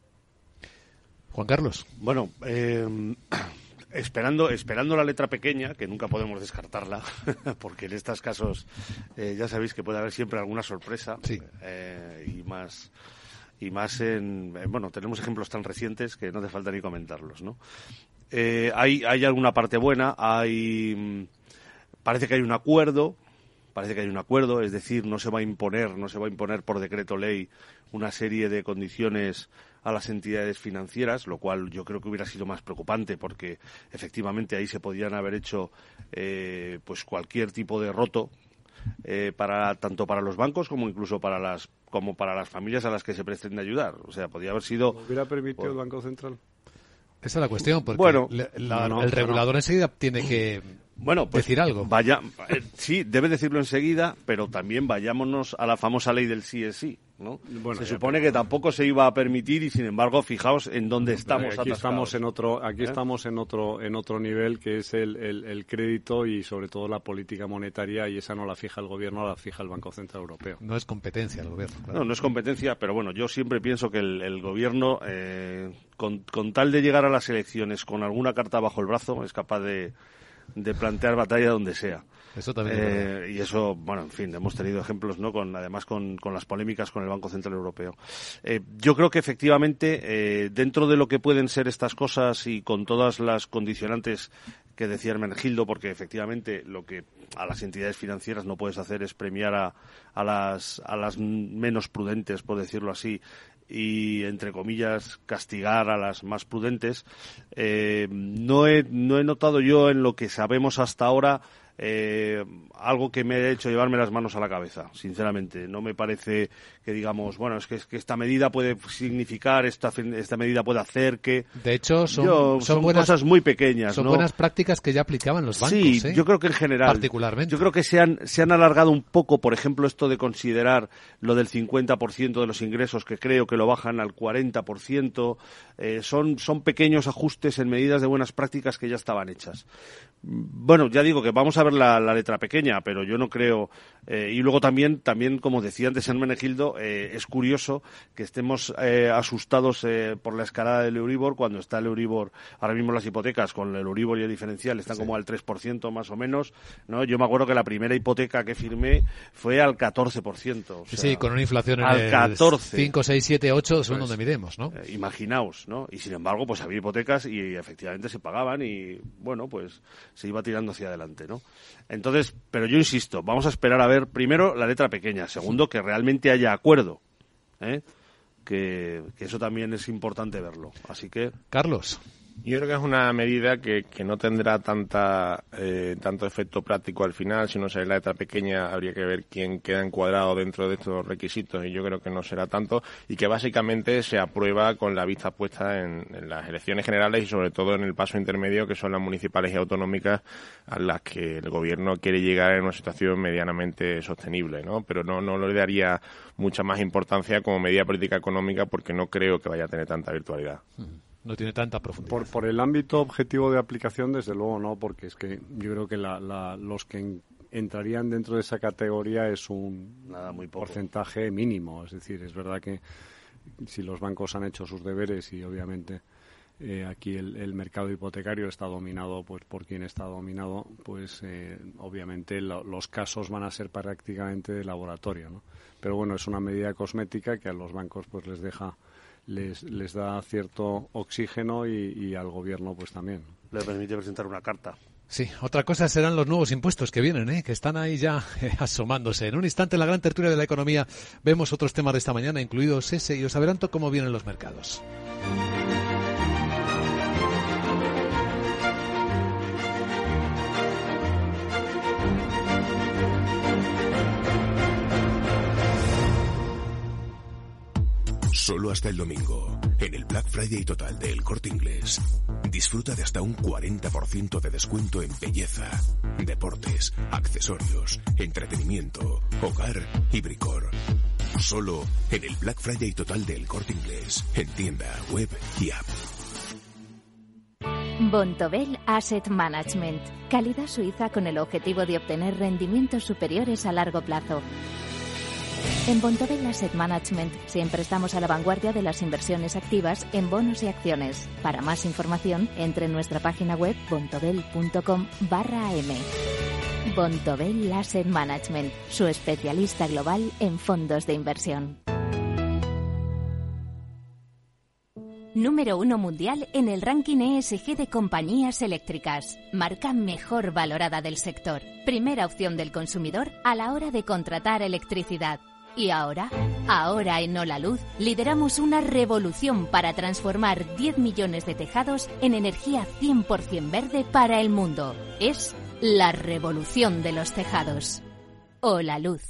Juan Carlos. Bueno, esperando la letra pequeña, que nunca podemos descartarla, porque en estos casos ya sabéis que puede haber siempre alguna sorpresa. Sí. Y más bueno, tenemos ejemplos tan recientes que no hace falta ni comentarlos, ¿no? Hay alguna parte buena, parece que hay un acuerdo, es decir, no se va a imponer por decreto ley una serie de condiciones a las entidades financieras, lo cual yo creo que hubiera sido más preocupante, porque efectivamente ahí se podían haber hecho pues cualquier tipo de roto tanto para los bancos como incluso para las familias a las que se pretende ayudar. O sea, podía haber sido... ¿Hubiera permitido el Banco Central? Esa es la cuestión, porque el regulador enseguida tiene que decir algo. Sí, debe decirlo enseguida, pero también vayámonos a la famosa ley del sí es sí, ¿no? Bueno, se supone que tampoco se iba a permitir y, sin embargo, fijaos en dónde estamos. Aquí estamos en otro nivel, que es el crédito y, sobre todo, la política monetaria, y esa no la fija el Gobierno, la fija el Banco Central Europeo. No es competencia el Gobierno. Claro. No es competencia, pero bueno, yo siempre pienso que el Gobierno, con tal de llegar a las elecciones con alguna carta bajo el brazo, es capaz de plantear batalla donde sea. Eso también y eso, bueno, en fin, hemos tenido ejemplos, ¿no? Además con las polémicas con el Banco Central Europeo. Yo creo que efectivamente, dentro de lo que pueden ser estas cosas y con todas las condicionantes que decía Hermenegildo, porque efectivamente lo que a las entidades financieras no puedes hacer es premiar a las menos prudentes, por decirlo así, y, entre comillas, castigar a las más prudentes. No he notado yo en lo que sabemos hasta ahora algo que me ha hecho llevarme las manos a la cabeza, sinceramente. No me parece que digamos, bueno, es que esta medida puede significar, esta medida puede hacer que... De hecho, son buenas, cosas muy pequeñas, son, ¿no? Buenas prácticas que ya aplicaban los bancos. Sí, yo creo que en general. Particularmente. Yo creo que se han alargado un poco, por ejemplo, esto de considerar lo del 50% de los ingresos, que creo que lo bajan al 40%. Son pequeños ajustes en medidas de buenas prácticas que ya estaban hechas. Bueno, ya digo que vamos a ver la letra pequeña, pero yo no creo... y luego también, como decía antes Hermenegildo, es curioso que estemos asustados por la escalada del Euribor, cuando está el Euribor, ahora mismo las hipotecas con el Euribor y el diferencial están como al 3% más o menos, ¿no? Yo me acuerdo que la primera hipoteca que firmé fue al 14%. O sea, sí, con una inflación en el 14. 5, 6, 7, 8, según donde miremos, ¿no? Imaginaos, ¿no? Y sin embargo, pues había hipotecas y efectivamente se pagaban y, bueno, pues se iba tirando hacia adelante, ¿no? Entonces, pero yo insisto, vamos a esperar a ver, primero, la letra pequeña, segundo, que realmente haya acuerdo, que eso también es importante verlo. Así que... Carlos. Yo creo que es una medida que no tendrá tanto efecto práctico al final. Si no sale la letra pequeña, habría que ver quién queda encuadrado dentro de estos requisitos, y yo creo que no será tanto, y que básicamente se aprueba con la vista puesta en las elecciones generales y sobre todo en el paso intermedio, que son las municipales y autonómicas, a las que el gobierno quiere llegar en una situación medianamente sostenible, ¿no? Pero no le daría mucha más importancia como medida política económica, porque no creo que vaya a tener tanta virtualidad. No tiene tanta profundidad. Por el ámbito objetivo de aplicación, desde luego no, porque es que yo creo que los que entrarían dentro de esa categoría es un porcentaje mínimo. Es decir, es verdad que si los bancos han hecho sus deberes y obviamente aquí el mercado hipotecario está dominado pues por quien está dominado, pues obviamente los casos van a ser prácticamente de laboratorio, ¿no? Pero bueno, es una medida cosmética que a los bancos pues les da cierto oxígeno y al gobierno pues también. Le permite presentar una carta. Sí, otra cosa serán los nuevos impuestos que vienen, que están ahí ya asomándose. En un instante, en la gran tertulia de la economía, vemos otros temas de esta mañana, incluidos ese, y os adelanto cómo vienen los mercados. Solo hasta el domingo, en el Black Friday total de El Corte Inglés, disfruta de hasta un 40% de descuento en belleza, deportes, accesorios, entretenimiento, hogar y bricor. Solo en el Black Friday total de El Corte Inglés, en tienda, web y app. Bontobel Asset Management. Calidad suiza con el objetivo de obtener rendimientos superiores a largo plazo. En Bontobel Asset Management siempre estamos a la vanguardia de las inversiones activas en bonos y acciones. Para más información, entre en nuestra página web bontobel.com/am. Bontobel Asset Management, su especialista global en fondos de inversión. Número 1 mundial en el ranking ESG de compañías eléctricas. Marca mejor valorada del sector. Primera opción del consumidor a la hora de contratar electricidad. Y ahora en Holaluz, lideramos una revolución para transformar 10 millones de tejados en energía 100% verde para el mundo. Es la revolución de los tejados. Holaluz.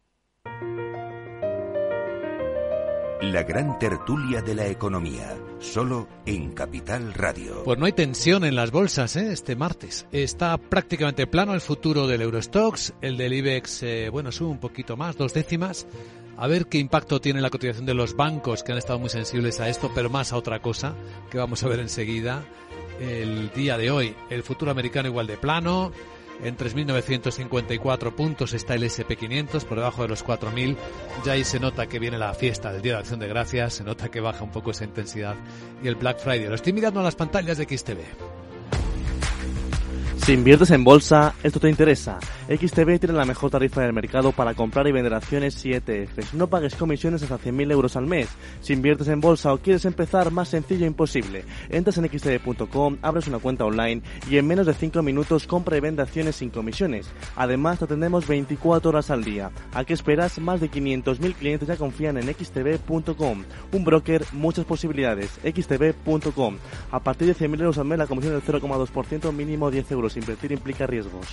La gran tertulia de la economía, solo en Capital Radio. Pues no hay tensión en las bolsas este martes. Está prácticamente plano el futuro del Eurostoxx, el del IBEX, sube un poquito más, 2 décimas. A ver qué impacto tiene la cotización de los bancos, que han estado muy sensibles a esto, pero más a otra cosa, que vamos a ver enseguida. El día de hoy, el futuro americano igual de plano. En 3.954 puntos está el S&P 500, por debajo de los 4.000. Ya ahí se nota que viene la fiesta del Día de Acción de Gracias, se nota que baja un poco esa intensidad. Y el Black Friday, lo estoy mirando a las pantallas de XTV. Si inviertes en bolsa, esto te interesa. XTB tiene la mejor tarifa del mercado para comprar y vender acciones y ETFs. No pagues comisiones hasta 100.000 euros al mes. Si inviertes en bolsa o quieres empezar, más sencillo imposible. Entras en xtb.com, abres una cuenta online y en menos de 5 minutos compra y vende acciones sin comisiones. Además, te atendemos 24 horas al día. ¿A qué esperas? Más de 500.000 clientes ya confían en xtb.com. Un broker, muchas posibilidades. xtb.com. A partir de 100.000 euros al mes, la comisión del 0,2%, mínimo 10 euros. Invertir implica riesgos.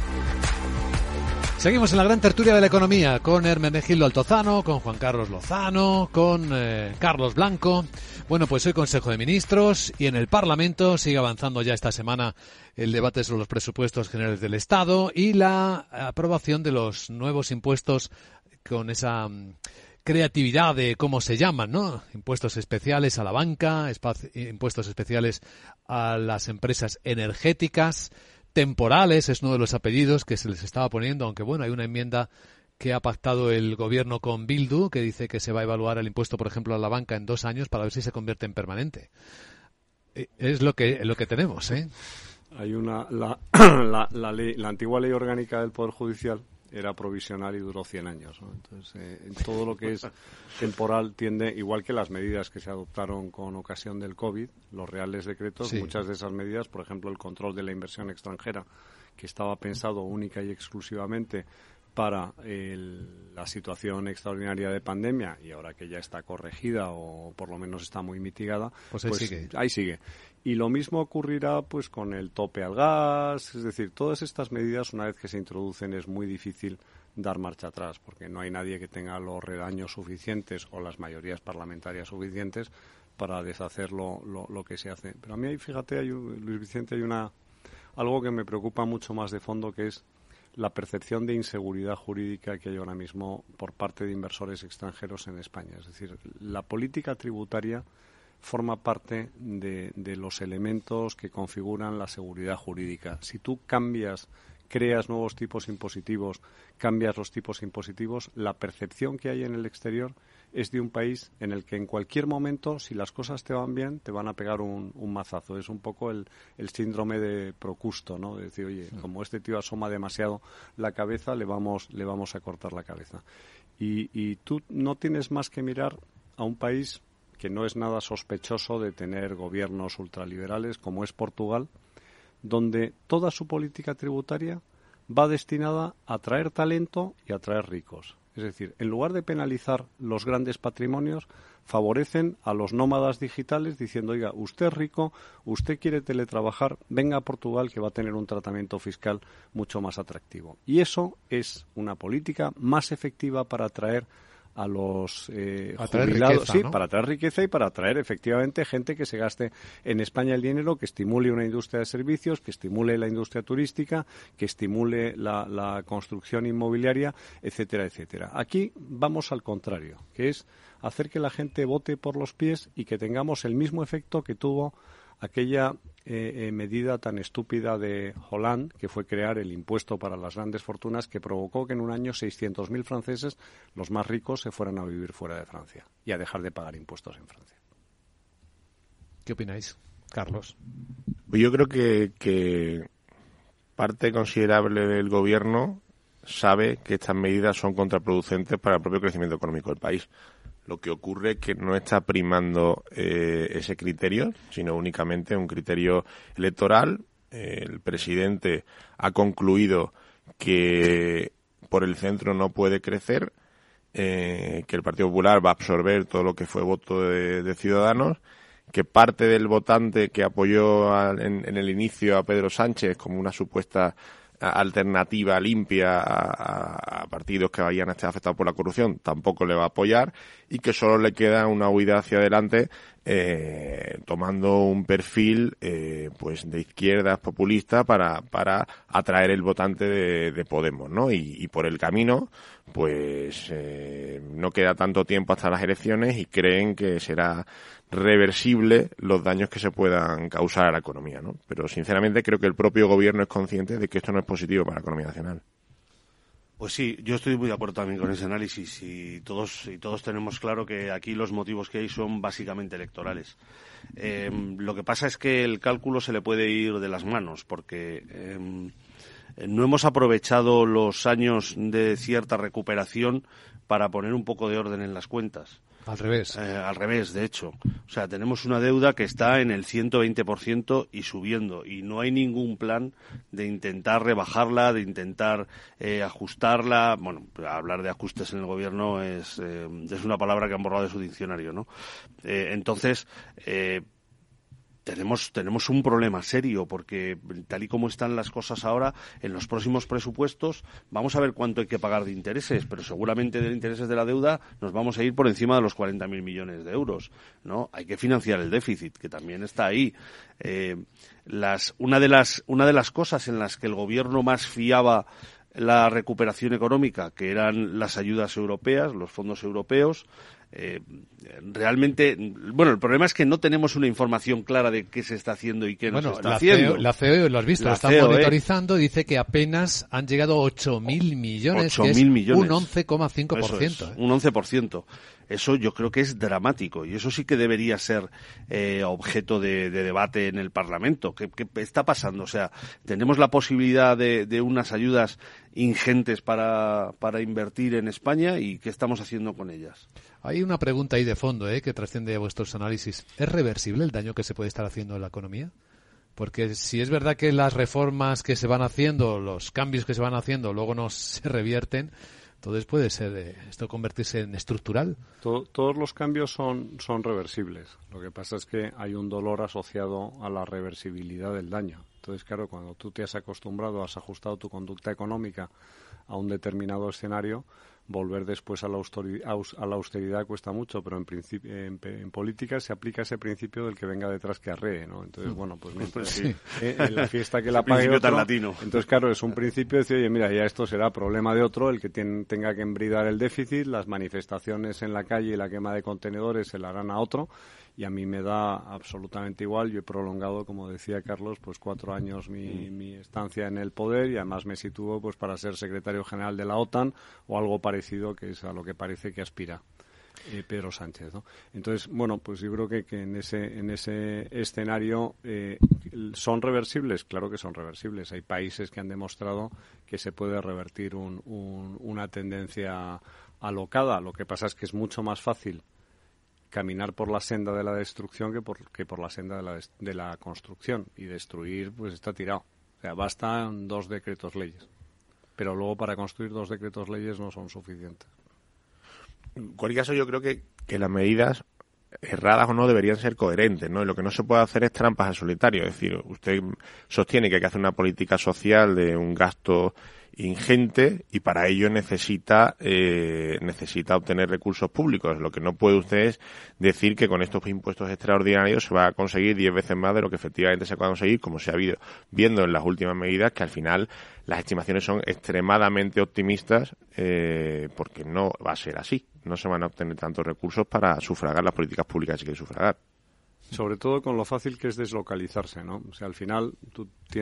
Seguimos en la gran tertulia de la economía con Hermenegildo Altozano, con Juan Carlos Lozano, con Carlos Blanco. Bueno, pues hoy Consejo de Ministros y en el Parlamento sigue avanzando ya esta semana el debate sobre los presupuestos generales del Estado y la aprobación de los nuevos impuestos con esa creatividad de cómo se llaman, ¿no? Impuestos especiales a la banca, impuestos especiales a las empresas energéticas, temporales es uno de los apellidos que se les estaba poniendo, aunque bueno, hay una enmienda que ha pactado el gobierno con Bildu que dice que se va a evaluar el impuesto, por ejemplo, a la banca en 2 años para ver si se convierte en permanente. Es lo que tenemos, ¿eh? Hay la antigua ley orgánica del Poder Judicial era provisional y duró 100 años, ¿no? Entonces, en todo lo que es temporal tiende, igual que las medidas que se adoptaron con ocasión del COVID, los reales decretos, sí. Muchas de esas medidas, por ejemplo, el control de la inversión extranjera, que estaba pensado única y exclusivamente para la situación extraordinaria de pandemia y ahora que ya está corregida o por lo menos está muy mitigada, pues ahí sigue. Y lo mismo ocurrirá pues con el tope al gas, es decir, todas estas medidas una vez que se introducen es muy difícil dar marcha atrás porque no hay nadie que tenga los redaños suficientes o las mayorías parlamentarias suficientes para deshacer lo que se hace. Pero a mí, fíjate, Luis Vicente, hay algo que me preocupa mucho más de fondo, que es la percepción de inseguridad jurídica que hay ahora mismo por parte de inversores extranjeros en España. Es decir, la política tributaria forma parte de los elementos que configuran la seguridad jurídica. Si tú creas nuevos tipos impositivos, cambias los tipos impositivos, la percepción que hay en el exterior es de un país en el que en cualquier momento, si las cosas te van bien, te van a pegar un mazazo. Es un poco el síndrome de Procusto, ¿no? De decir, oye, como este tío asoma demasiado la cabeza, le vamos a cortar la cabeza. Y tú no tienes más que mirar a un país que no es nada sospechoso de tener gobiernos ultraliberales, como es Portugal, donde toda su política tributaria va destinada a atraer talento y a atraer ricos. Es decir, en lugar de penalizar los grandes patrimonios, favorecen a los nómadas digitales diciendo, oiga, usted es rico, usted quiere teletrabajar, venga a Portugal que va a tener un tratamiento fiscal mucho más atractivo. Y eso es una política más efectiva para atraer a los jubilados, riqueza, ¿no? Para atraer riqueza y para atraer efectivamente gente que se gaste en España el dinero, que estimule una industria de servicios, que estimule la industria turística, que estimule la construcción inmobiliaria, etcétera, etcétera. Aquí vamos al contrario, que es hacer que la gente vote por los pies y que tengamos el mismo efecto que tuvo aquella medida tan estúpida de Hollande, que fue crear el impuesto para las grandes fortunas, que provocó que en un año 600.000 franceses, los más ricos, se fueran a vivir fuera de Francia y a dejar de pagar impuestos en Francia. ¿Qué opináis, Carlos? Pues yo creo que parte considerable del gobierno sabe que estas medidas son contraproducentes para el propio crecimiento económico del país. Lo que ocurre es que no está primando ese criterio, sino únicamente un criterio electoral. El presidente ha concluido que por el centro no puede crecer, que el Partido Popular va a absorber todo lo que fue voto de Ciudadanos, que parte del votante que apoyó en el inicio a Pedro Sánchez como una supuesta alternativa limpia a partidos que vayan a estar afectados por la corrupción tampoco le va a apoyar y que solo le queda una huida hacia adelante tomando un perfil pues de izquierdas populista para atraer el votante de Podemos, ¿no? Y por el camino pues no queda tanto tiempo hasta las elecciones y creen que será reversible los daños que se puedan causar a la economía, ¿no? Pero sinceramente creo que el propio gobierno es consciente de que esto no es positivo para la economía nacional. Pues sí, yo estoy muy de acuerdo también con ese análisis y todos tenemos claro que aquí los motivos que hay son básicamente electorales. Lo que pasa es que el cálculo se le puede ir de las manos porque no hemos aprovechado los años de cierta recuperación para poner un poco de orden en las cuentas. Al revés. Al revés, de hecho. O sea, tenemos una deuda que está en el 120% y subiendo. Y no hay ningún plan de intentar rebajarla, de intentar ajustarla. Bueno, hablar de ajustes en el gobierno es una palabra que han borrado de su diccionario, ¿no? Entonces, tenemos un problema serio porque tal y como están las cosas ahora, en los próximos presupuestos vamos a ver cuánto hay que pagar de intereses, pero seguramente de intereses de la deuda nos vamos a ir por encima de los 40.000 millones de euros, ¿no? Hay que financiar el déficit, que también está ahí. Una de las cosas en las que el gobierno más fiaba la recuperación económica, que eran las ayudas europeas, los fondos europeos, realmente, bueno, el problema es que no tenemos una información clara de qué se está haciendo y qué no se está haciendo. La COE, lo has visto, lo está monitorizando, dice que apenas han llegado 8.000 millones, que es un 11,5%. Un 11%. Eso yo creo que es dramático y eso sí que debería ser objeto de debate en el Parlamento. ¿Qué está pasando? O sea, tenemos la posibilidad de unas ayudas ingentes para invertir en España y ¿qué estamos haciendo con ellas? Hay una pregunta ahí de fondo que trasciende a vuestros análisis. ¿Es reversible el daño que se puede estar haciendo en la economía? Porque si es verdad que las reformas que se van haciendo, los cambios que se van haciendo, luego no se revierten, entonces puede ser esto convertirse en estructural. Todos los cambios son reversibles. Lo que pasa es que hay un dolor asociado a la reversibilidad del daño. Entonces, claro, cuando tú te has acostumbrado, has ajustado tu conducta económica a un determinado escenario, volver después a la austeridad cuesta mucho, pero en política se aplica ese principio del que venga detrás que arree, ¿no? Entonces, bueno, pues mientras en la fiesta que la pague otro, tan latino. Entonces, claro, es un principio de decir, oye, mira, ya esto será problema de otro, el que tenga que embridar el déficit, las manifestaciones en la calle y la quema de contenedores se la harán a otro, y a mí me da absolutamente igual. Yo he prolongado, como decía Carlos, pues 4 años mi estancia en el poder y además me sitúo pues para ser secretario general de la OTAN o algo parecido, que es a lo que parece que aspira Pedro Sánchez, ¿no? Entonces, bueno, pues yo creo que en ese escenario ¿son reversibles? Claro que son reversibles. Hay países que han demostrado que se puede revertir una tendencia alocada. Lo que pasa es que es mucho más fácil caminar por la senda de la destrucción que por la senda de la construcción, y destruir pues está tirado. O sea, bastan 2 decretos leyes, pero luego para construir 2 decretos leyes no son suficientes. En cualquier caso, yo creo que las medidas, erradas o no, deberían ser coherentes, ¿no? Y lo que no se puede hacer es trampas al solitario. Es decir, usted sostiene que hay que hacer una política social de un gasto ingente y para ello necesita obtener recursos públicos. Lo que no puede usted es decir que con estos impuestos extraordinarios se va a conseguir 10 veces más de lo que efectivamente se va a conseguir, como se ha viendo en las últimas medidas, que al final las estimaciones son extremadamente optimistas, porque no va a ser así. No se van a obtener tantos recursos para sufragar las políticas públicas que hay que sufragar. Sobre todo con lo fácil que es deslocalizarse, ¿no? O sea, al final tú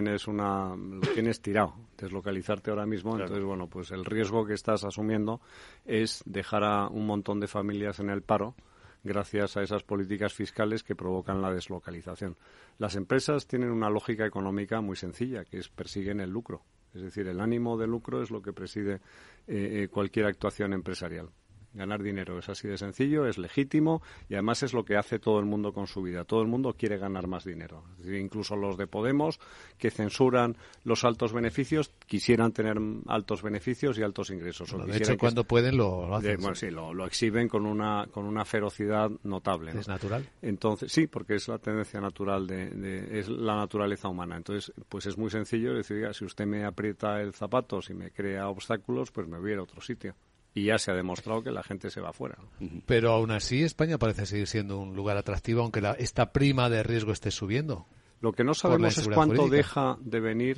lo tienes tirado, deslocalizarte ahora mismo. Claro. Entonces, bueno, pues el riesgo que estás asumiendo es dejar a un montón de familias en el paro gracias a esas políticas fiscales que provocan la deslocalización. Las empresas tienen una lógica económica muy sencilla, que es persiguen el lucro. Es decir, el ánimo de lucro es lo que preside cualquier actuación empresarial. Ganar dinero es así de sencillo, es legítimo y además es lo que hace todo el mundo con su vida. Todo el mundo quiere ganar más dinero. Es decir, incluso los de Podemos, que censuran los altos beneficios, quisieran tener altos beneficios y altos ingresos. Bueno, de hecho, cuando pueden lo hacen. Bueno, sí, lo exhiben con una ferocidad notable, ¿no? ¿Es natural? Entonces, sí, porque es la tendencia natural es la naturaleza humana. Entonces, pues es muy sencillo decir, oiga, si usted me aprieta el zapato, si me crea obstáculos, pues me voy a ir a otro sitio. Y ya se ha demostrado que la gente se va fuera. Pero aún así España parece seguir siendo un lugar atractivo, aunque esta prima de riesgo esté subiendo. Lo que no sabemos es cuánto deja de venir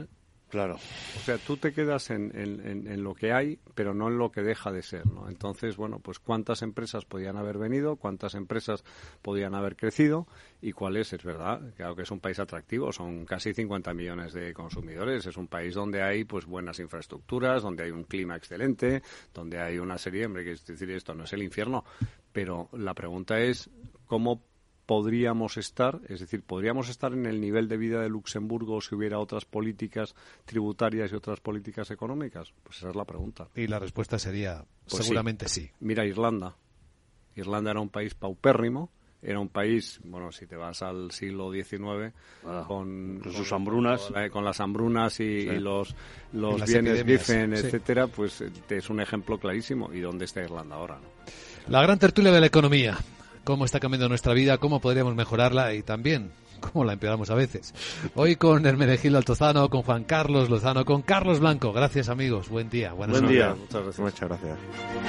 Claro. O sea, tú te quedas en lo que hay, pero no en lo que deja de ser, ¿no? Entonces, bueno, pues cuántas empresas podían haber venido, cuántas empresas podían haber crecido y cuáles, es verdad, claro que es un país atractivo, son casi 50 millones de consumidores, es un país donde hay pues buenas infraestructuras, donde hay un clima excelente, donde hay una serie, hombre, que es decir, esto no es el infierno, pero la pregunta es cómo podríamos estar, es decir, ¿podríamos estar en el nivel de vida de Luxemburgo si hubiera otras políticas tributarias y otras políticas económicas? Pues esa es la pregunta. Y la respuesta sería, pues seguramente sí. Mira Irlanda. Irlanda era un país paupérrimo, era un país, bueno, si te vas al siglo XIX, con sus hambrunas. Con las hambrunas y los bienes Giffen, etcétera, pues es un ejemplo clarísimo. ¿Y dónde está Irlanda ahora, no? La gran tertulia de la economía. Cómo está cambiando nuestra vida, cómo podríamos mejorarla y también cómo la empeoramos a veces. Hoy con Hermenegildo Altozano, con Juan Carlos Lozano, con Carlos Blanco. Gracias, amigos. Buen día. Buen día. Muchas gracias.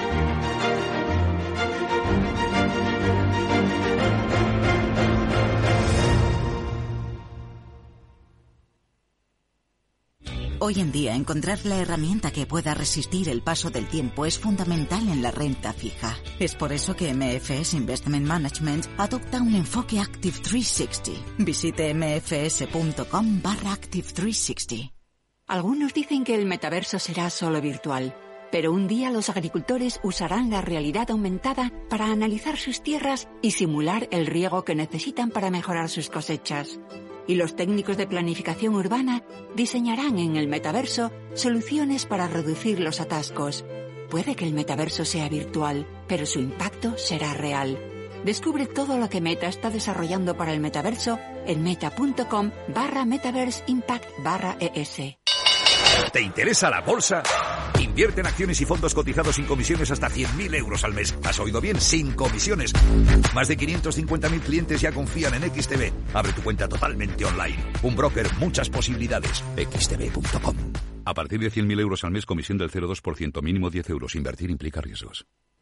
Hoy en día, encontrar la herramienta que pueda resistir el paso del tiempo es fundamental en la renta fija. Es por eso que MFS Investment Management adopta un enfoque Active 360. Visite mfs.com/Active 360. Algunos dicen que el metaverso será solo virtual, pero un día los agricultores usarán la realidad aumentada para analizar sus tierras y simular el riego que necesitan para mejorar sus cosechas. Y los técnicos de planificación urbana diseñarán en el metaverso soluciones para reducir los atascos. Puede que el metaverso sea virtual, pero su impacto será real. Descubre todo lo que Meta está desarrollando para el metaverso en meta.com/metaverseimpact/ES. ¿Te interesa la bolsa? Invierte en acciones y fondos cotizados sin comisiones hasta 100.000 euros al mes. ¿Has oído bien? Sin comisiones. Más de 550.000 clientes ya confían en XTB. Abre tu cuenta totalmente online. Un broker, muchas posibilidades. XTB.com. A partir de 100.000 euros al mes, comisión del 0,2%, mínimo 10 euros. Invertir implica riesgos.